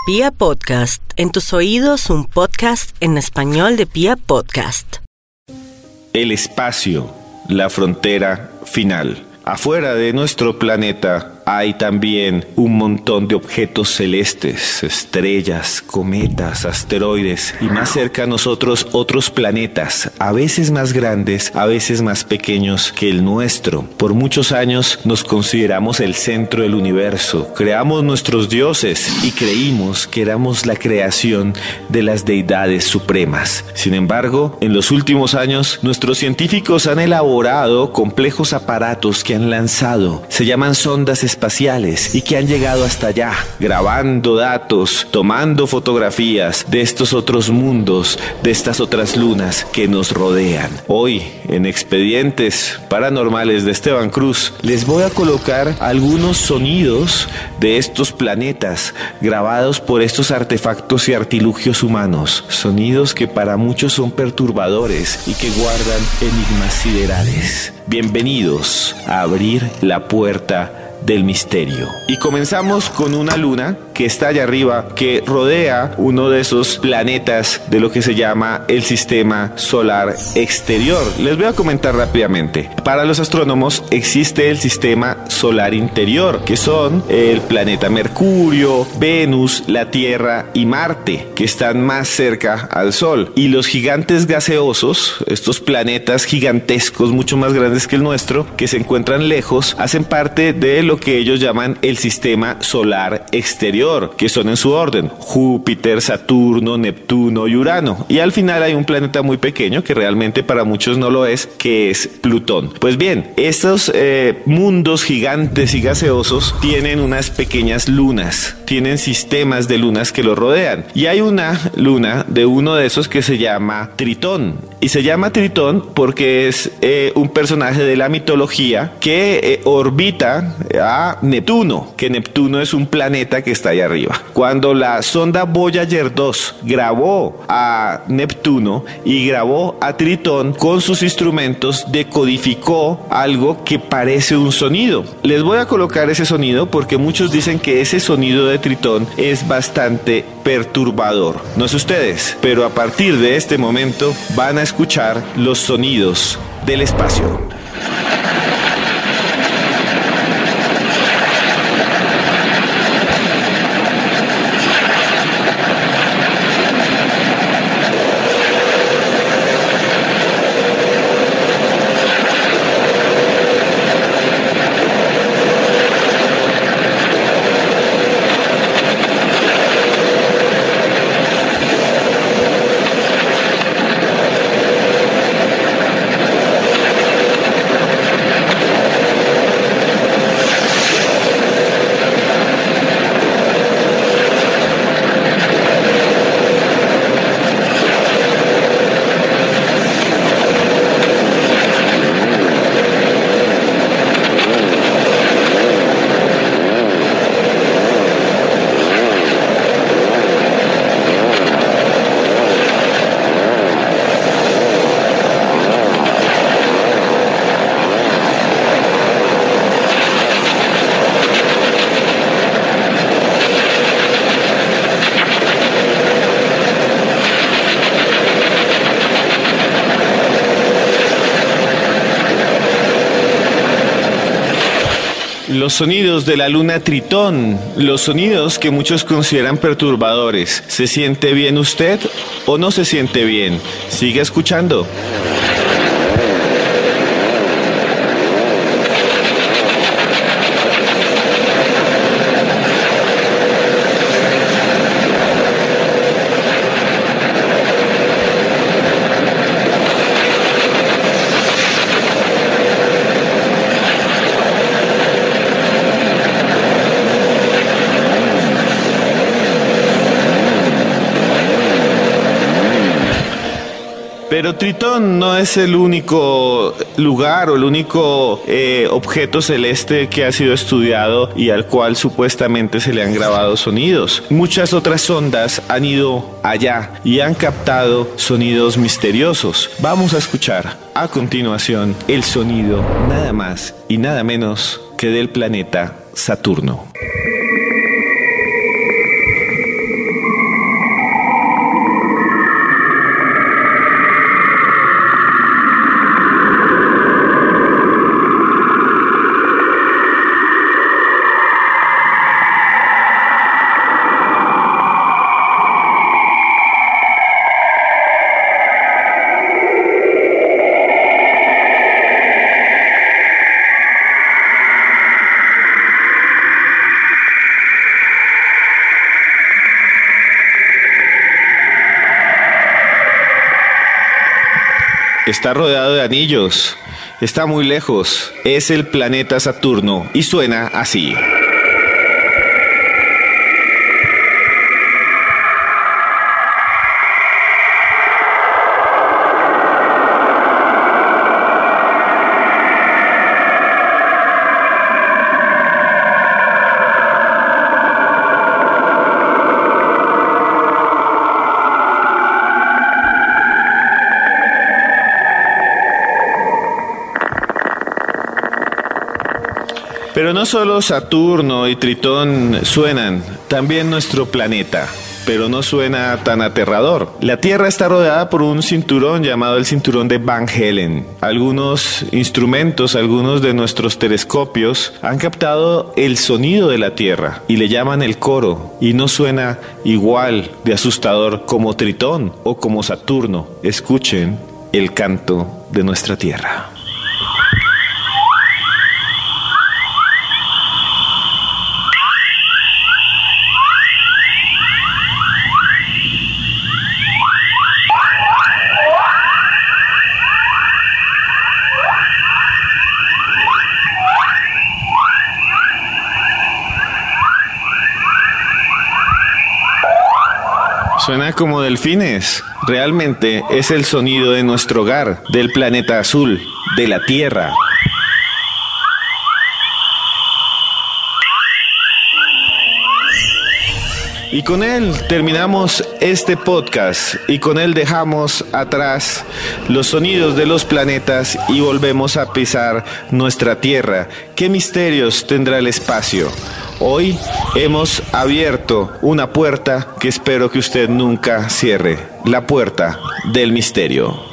Pia Podcast, en tus oídos un podcast en español de Pia Podcast. El espacio, la frontera final. Afuera de nuestro planeta hay también un montón de objetos celestes, estrellas, cometas, asteroides y más cerca a nosotros otros planetas, a veces más grandes, a veces más pequeños que el nuestro. Por muchos años nos consideramos el centro del universo, creamos nuestros dioses y creímos que éramos la creación de las deidades supremas. Sin embargo, en los últimos años nuestros científicos han elaborado complejos aparatos que han lanzado, se llaman sondas espaciales y que han llegado hasta allá, grabando datos, tomando fotografías de estos otros mundos, de estas otras lunas que nos rodean. Hoy, en Expedientes Paranormales de Esteban Cruz, les voy a colocar algunos sonidos de estos planetas grabados por estos artefactos y artilugios humanos, sonidos que para muchos son perturbadores y que guardan enigmas siderales. Bienvenidos a abrir la puerta del misterio. Y comenzamos con una luna que está allá arriba, que rodea uno de esos planetas de lo que se llama el sistema solar exterior. Les voy a comentar rápidamente. Para los astrónomos existe el sistema solar interior, que son el planeta Mercurio, Venus, la Tierra y Marte, que están más cerca al Sol. Y los gigantes gaseosos, estos planetas gigantescos, mucho más grandes que el nuestro, que se encuentran lejos, hacen parte de lo que ellos llaman el sistema solar exterior, que son en su orden: Júpiter, Saturno, Neptuno y Urano. Y al final hay un planeta muy pequeño que realmente para muchos no lo es, que es Plutón. Pues bien, estos mundos gigantes y gaseosos tienen unas pequeñas lunas, tienen sistemas de lunas que los rodean. Y hay una luna de uno de esos que se llama Tritón. Y se llama Tritón porque es un personaje de la mitología que orbita a Neptuno, que Neptuno es un planeta que está ahí arriba. Cuando la sonda Voyager 2 grabó a Neptuno y grabó a Tritón, con sus instrumentos decodificó algo que parece un sonido. Les voy a colocar ese sonido porque muchos dicen que ese sonido de Tritón es bastante perturbador. No sé ustedes, pero a partir de este momento van a escuchar los sonidos del espacio. Los sonidos de la luna Tritón, los sonidos que muchos consideran perturbadores. ¿Se siente bien usted o no se siente bien? Sigue escuchando. Pero Tritón no es el único lugar o el único objeto celeste que ha sido estudiado y al cual supuestamente se le han grabado sonidos. Muchas otras sondas han ido allá y han captado sonidos misteriosos. Vamos a escuchar a continuación el sonido nada más y nada menos que del planeta Saturno. está rodeado de anillos, está muy lejos, es el planeta Saturno y suena así. Pero no solo Saturno y Tritón suenan, también nuestro planeta, pero no suena tan aterrador. La Tierra está rodeada por un cinturón llamado el cinturón de Van Helen. Algunos instrumentos, algunos de nuestros telescopios han captado el sonido de la Tierra y le llaman el coro, y no suena igual de asustador como Tritón o como Saturno. Escuchen el canto de nuestra Tierra. Suena como delfines. Realmente es el sonido de nuestro hogar, del planeta azul, de la Tierra. Y con él terminamos este podcast y con él dejamos atrás los sonidos de los planetas y volvemos a pisar nuestra Tierra. ¿Qué misterios tendrá el espacio? Hoy hemos abierto una puerta que espero que usted nunca cierre, la puerta del misterio.